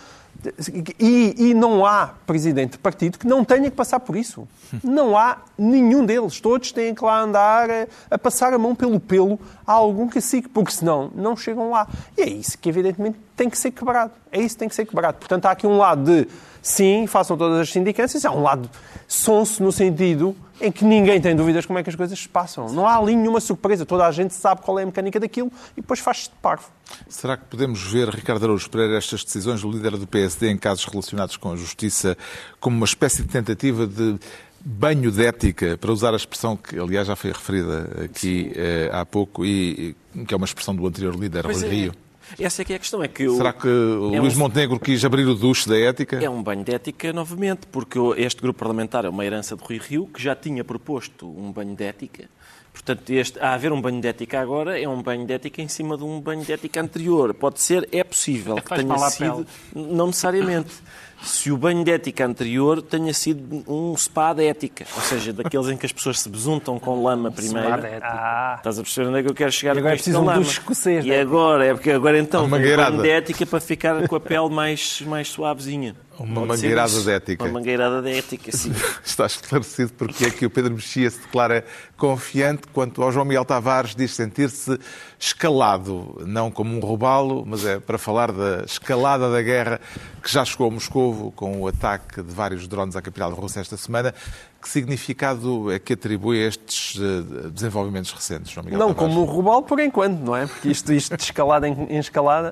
E, e não há presidente de partido que não tenha que passar por isso. Não há nenhum deles. Todos têm que lá andar a, a passar a mão pelo pelo a algum cacique, porque senão não chegam lá. E é isso que, evidentemente, tem que ser quebrado. É isso que tem que ser quebrado. Portanto, há aqui um lado de, sim, façam todas as sindicâncias, há um lado sonso no sentido em que ninguém tem dúvidas como é que as coisas se passam. Não há ali nenhuma surpresa. Toda a gente sabe qual é a mecânica daquilo e depois faz-se de parvo. Será que podemos ver, Ricardo Araújo Pereira, estas decisões do líder do P S D em casos relacionados com a justiça como uma espécie de tentativa de banho de ética, para usar a expressão que, aliás, já foi referida aqui eh, há pouco e e que é uma expressão do anterior líder, Pois Rui é. Rio? Essa é que é a questão. É que o, Será que o é Luís um- Montenegro quis abrir o duche da ética? É um banho de ética novamente, porque este grupo parlamentar é uma herança de Rui Rio, que já tinha proposto um banho de ética. Portanto, este, a haver um banho de ética agora é um banho de ética em cima de um banho de ética anterior. Pode ser, é possível que Faz tenha mal à sido, não necessariamente. Se o banho de ética anterior tenha sido um spa de ética, ou seja, daqueles em que as pessoas se besuntam com lama primeiro. Spa de ética. Ah, Estás a perceber onde é que eu quero chegar? E agora com é isto preciso da um lama? duche escocês, E não é? agora, é porque agora então Uma um mangueirada. banho de ética para ficar com a pele mais, mais suavezinha. Uma Pode ser mangueirada isso. de ética. Uma mangueirada de ética, sim. Está esclarecido porque é que o Pedro Mexia se declara confiante quanto ao João Miguel Tavares diz sentir-se escalado, não como um robalo, mas é para falar da escalada da guerra que já chegou a Moscovo com o ataque de vários drones à capital russa esta semana. Que significado é que atribui a estes eh, desenvolvimentos recentes, João Miguel não Tavares? como um robalo por enquanto, não é? Porque isto, isto de escalada em, em escalada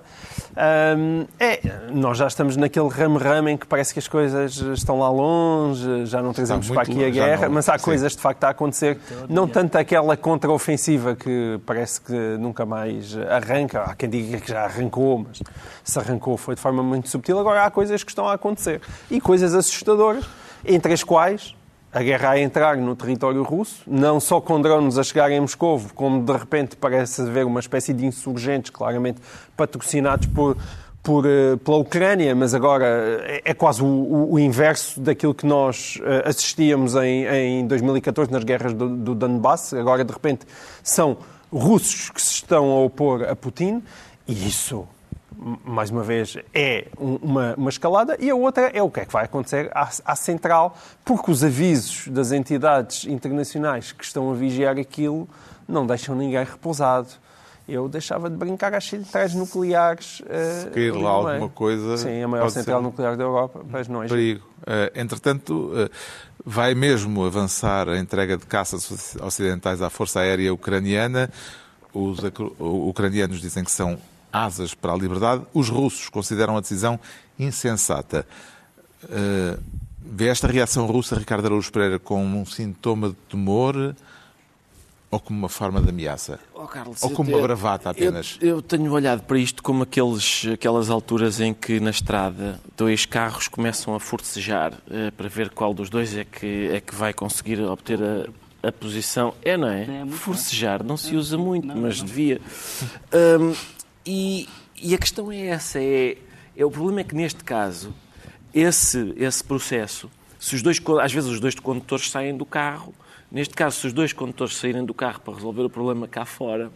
hum, é, nós já estamos naquele ramo-ramo em que parece que as coisas estão lá longe, já não trazemos muito para aqui a longe, já guerra, não- mas há sim. coisas de facto a acontecer, não tanto aquela contraofensiva que parece que nunca mais arranca, há quem diga que já arrancou, mas se arrancou foi de forma muito subtil, agora há coisas que estão a acontecer e coisas assustadoras, entre as quais a guerra a entrar no território russo, não só com drones a chegarem a Moscovo, como de repente parece haver uma espécie de insurgentes, claramente patrocinados por, por, pela Ucrânia, mas agora é, é quase o, o, o inverso daquilo que nós assistíamos em, em dois mil e catorze nas guerras do, do Donbass. Agora, de repente, são russos que se estão a opor a Putin, e isso, mais uma vez, é uma, uma escalada, e a outra é o que é que vai acontecer à, à central, porque os avisos das entidades internacionais que estão a vigiar aquilo não deixam ninguém repousado. Eu deixava de brincar às centrais nucleares. Se cair lá alguma coisa... Sim, a maior central nuclear da Europa, mas não é. Perigo. Uh, entretanto, uh, vai mesmo avançar a entrega de caças ocidentais à Força Aérea Ucraniana. Os ucranianos dizem que são asas para a liberdade. Os russos consideram a decisão insensata. Uh, vê esta reação russa, Ricardo Araújo Pereira, como um sintoma de temor ou como uma forma de ameaça? Oh, Carlos, ou como eu, uma bravata apenas? Eu, eu tenho olhado para isto como aqueles, aquelas alturas em que na estrada dois carros começam a forcejar uh, para ver qual dos dois é que, é que vai conseguir obter a, a posição. É, não é? é forcejar não se usa muito, não, mas não. devia. Um, e, e a questão é essa. É, é, o problema é que neste caso, esse, esse processo, se os dois, às vezes os dois condutores saem do carro. Neste caso, se os dois condutores saírem do carro para resolver o problema cá fora,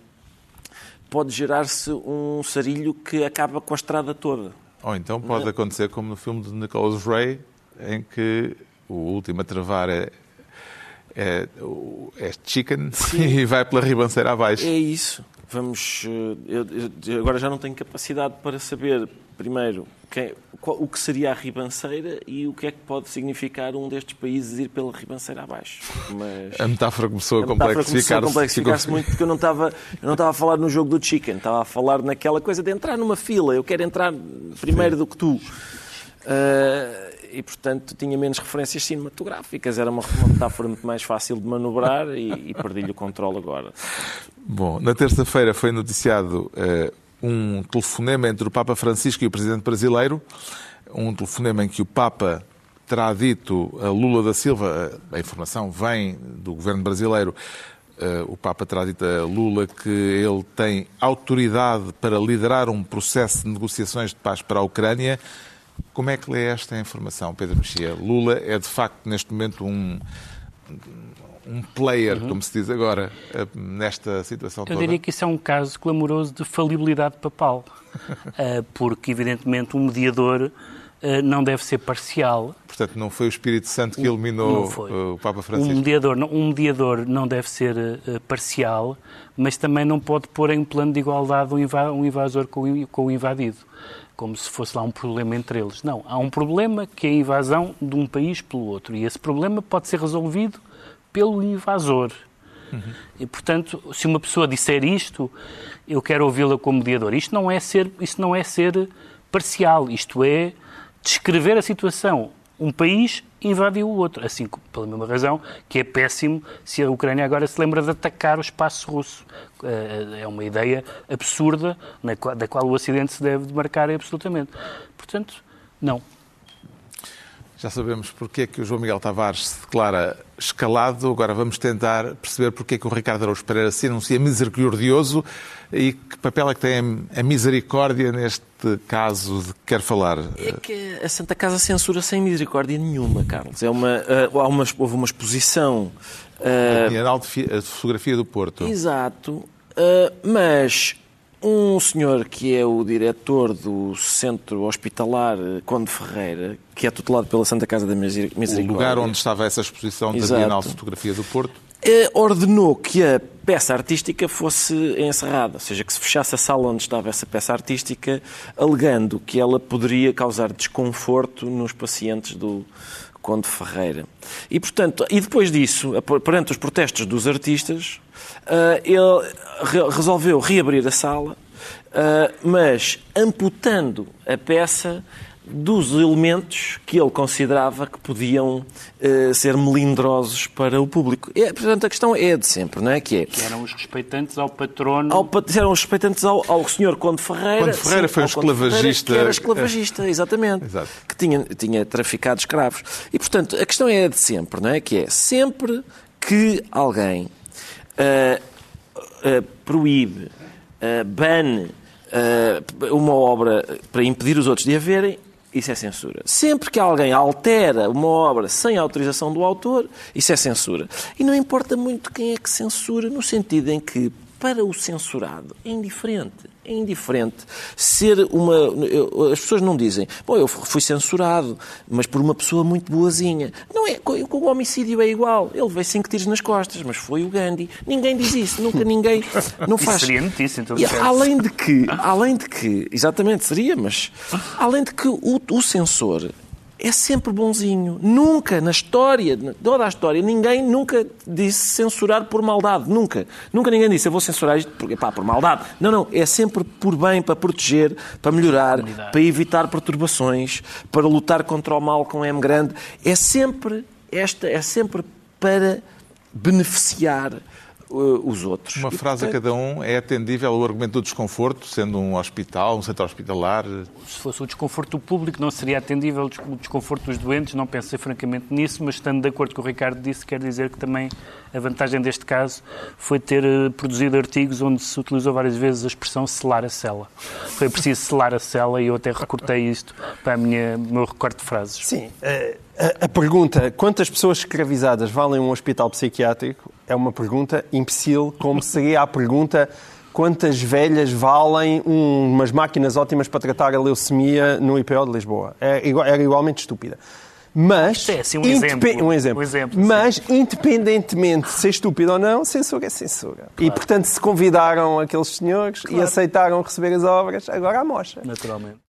pode gerar-se um sarilho que acaba com a estrada toda. Ou então pode é? acontecer como no filme de Nicholas Ray, em que o último a travar é, é, é chicken Sim. e vai pela ribanceira abaixo. É isso. Vamos, eu, eu agora já não tenho capacidade para saber, primeiro, quem, qual, o que seria a ribanceira e o que é que pode significar um destes países ir pela ribanceira abaixo. Mas a metáfora começou a, a complexificar-se. complexificar-se muito porque eu não, estava, eu não estava a falar no jogo do chicken, estava a falar naquela coisa de entrar numa fila. Eu quero entrar primeiro Sim. do que tu. Uh, e, portanto, tinha menos referências cinematográficas. Era uma, uma metáfora muito mais fácil de manobrar e, e perdi-lhe o controle agora. Bom, na terça-feira foi noticiado uh, um telefonema entre o Papa Francisco e o Presidente brasileiro, um telefonema em que o Papa terá dito a Lula da Silva, a informação vem do governo brasileiro, uh, o Papa terá dito a Lula que ele tem autoridade para liderar um processo de negociações de paz para a Ucrânia. Como é que lê esta informação, Pedro Mexia? Lula é, de facto, neste momento, um, um player, uhum. como se diz agora, nesta situação Eu toda? Eu diria que isso é um caso clamoroso de falibilidade papal, porque, evidentemente, um mediador não deve ser parcial. Portanto, não foi o Espírito Santo que eliminou o Papa Francisco? Um mediador, um mediador não deve ser parcial, mas também não pode pôr em plano de igualdade um invasor com o invadido, como se fosse lá um problema entre eles. Não, há um problema que é a invasão de um país pelo outro, e esse problema pode ser resolvido pelo invasor. Uhum. E, portanto, se uma pessoa disser isto, eu quero ouvi-la como mediador. Isto não é ser, isto não é ser parcial, isto é descrever a situação. Um país invadiu o outro, assim, pela mesma razão, que é péssimo se a Ucrânia agora se lembra de atacar o espaço russo. É uma ideia absurda, da qual o Ocidente se deve demarcar absolutamente. Portanto, não. Já sabemos porque é que o João Miguel Tavares se declara escalado. Agora vamos tentar perceber porque é que o Ricardo Araújo Pereira se anuncia misericordioso e que papel é que tem a misericórdia neste caso de que quer falar. É que a Santa Casa censura sem misericórdia nenhuma, Carlos. É uma, há uma, houve uma exposição... Uh, a fotografia do Porto. Exato. Uh, mas... Um senhor que é o diretor do Centro Hospitalar Conde Ferreira, que é tutelado pela Santa Casa da Misericórdia. O lugar onde estava essa exposição da Bienal de Fotografia do Porto. Ordenou que a peça artística fosse encerrada, ou seja, que se fechasse a sala onde estava essa peça artística, alegando que ela poderia causar desconforto nos pacientes do Conde Ferreira. E, portanto, e depois disso, perante os protestos dos artistas, Uh, ele re- resolveu reabrir a sala, uh, mas amputando a peça dos elementos que ele considerava que podiam uh, ser melindrosos para o público. É, portanto, a questão é de sempre, não é? Que, é, que eram os respeitantes ao patrono... Ao, eram os respeitantes ao, ao senhor Conde Ferreira. Conde Ferreira sim, foi um esclavagista. Ferreira, que era esclavagista, exatamente. Exato. Que tinha, tinha traficado escravos. E, portanto, a questão é de sempre, não é? Que é, sempre que alguém uh, uh, proíbe, uh, bane uh, uma obra para impedir os outros de a verem, isso é censura. Sempre que alguém altera uma obra sem autorização do autor, isso é censura. E não importa muito quem é que censura, no sentido em que, para o censurado, é indiferente. É indiferente ser uma... As pessoas não dizem, bom, eu fui censurado, mas por uma pessoa muito boazinha. Não é, com o homicídio é igual. Ele veio cinco tiros nas costas, mas foi o Gandhi. Ninguém diz isso, nunca ninguém... Não faz... Isso seria notícia, então. E, além de que, além de que, exatamente seria, mas além de que o, o censor é sempre bonzinho. Nunca, na história, toda a história, ninguém nunca disse censurar por maldade. Nunca. Nunca ninguém disse, eu vou censurar isto por, pá, por maldade. Não, não. É sempre por bem, para proteger, para melhorar, para evitar perturbações, para lutar contra o mal com M grande. É sempre, esta, é sempre para beneficiar uh, os outros. Uma e, frase portanto, a cada um é atendível ao argumento do desconforto, sendo um hospital, um centro hospitalar. Se fosse o desconforto do público, não seria atendível o desconforto dos doentes. Não pensei francamente nisso, mas estando de acordo com o que o Ricardo disse, quer dizer que também a vantagem deste caso foi ter uh, produzido artigos onde se utilizou várias vezes a expressão selar a cela. Foi preciso selar a cela e eu até recortei isto para a minha, o meu recorte de frases. Sim. Uh... A pergunta, quantas pessoas escravizadas valem um hospital psiquiátrico, é uma pergunta imbecil, como seria a pergunta quantas velhas valem um, umas máquinas ótimas para tratar a leucemia no I P O de Lisboa. É, era igualmente estúpida. Mas, é, assim, um, exemplo, um exemplo. Um exemplo Mas, sim. independentemente de ser estúpido ou não, censura é censura. Claro. E, portanto, se convidaram aqueles senhores claro. E aceitaram receber as obras, agora há mocha. Naturalmente.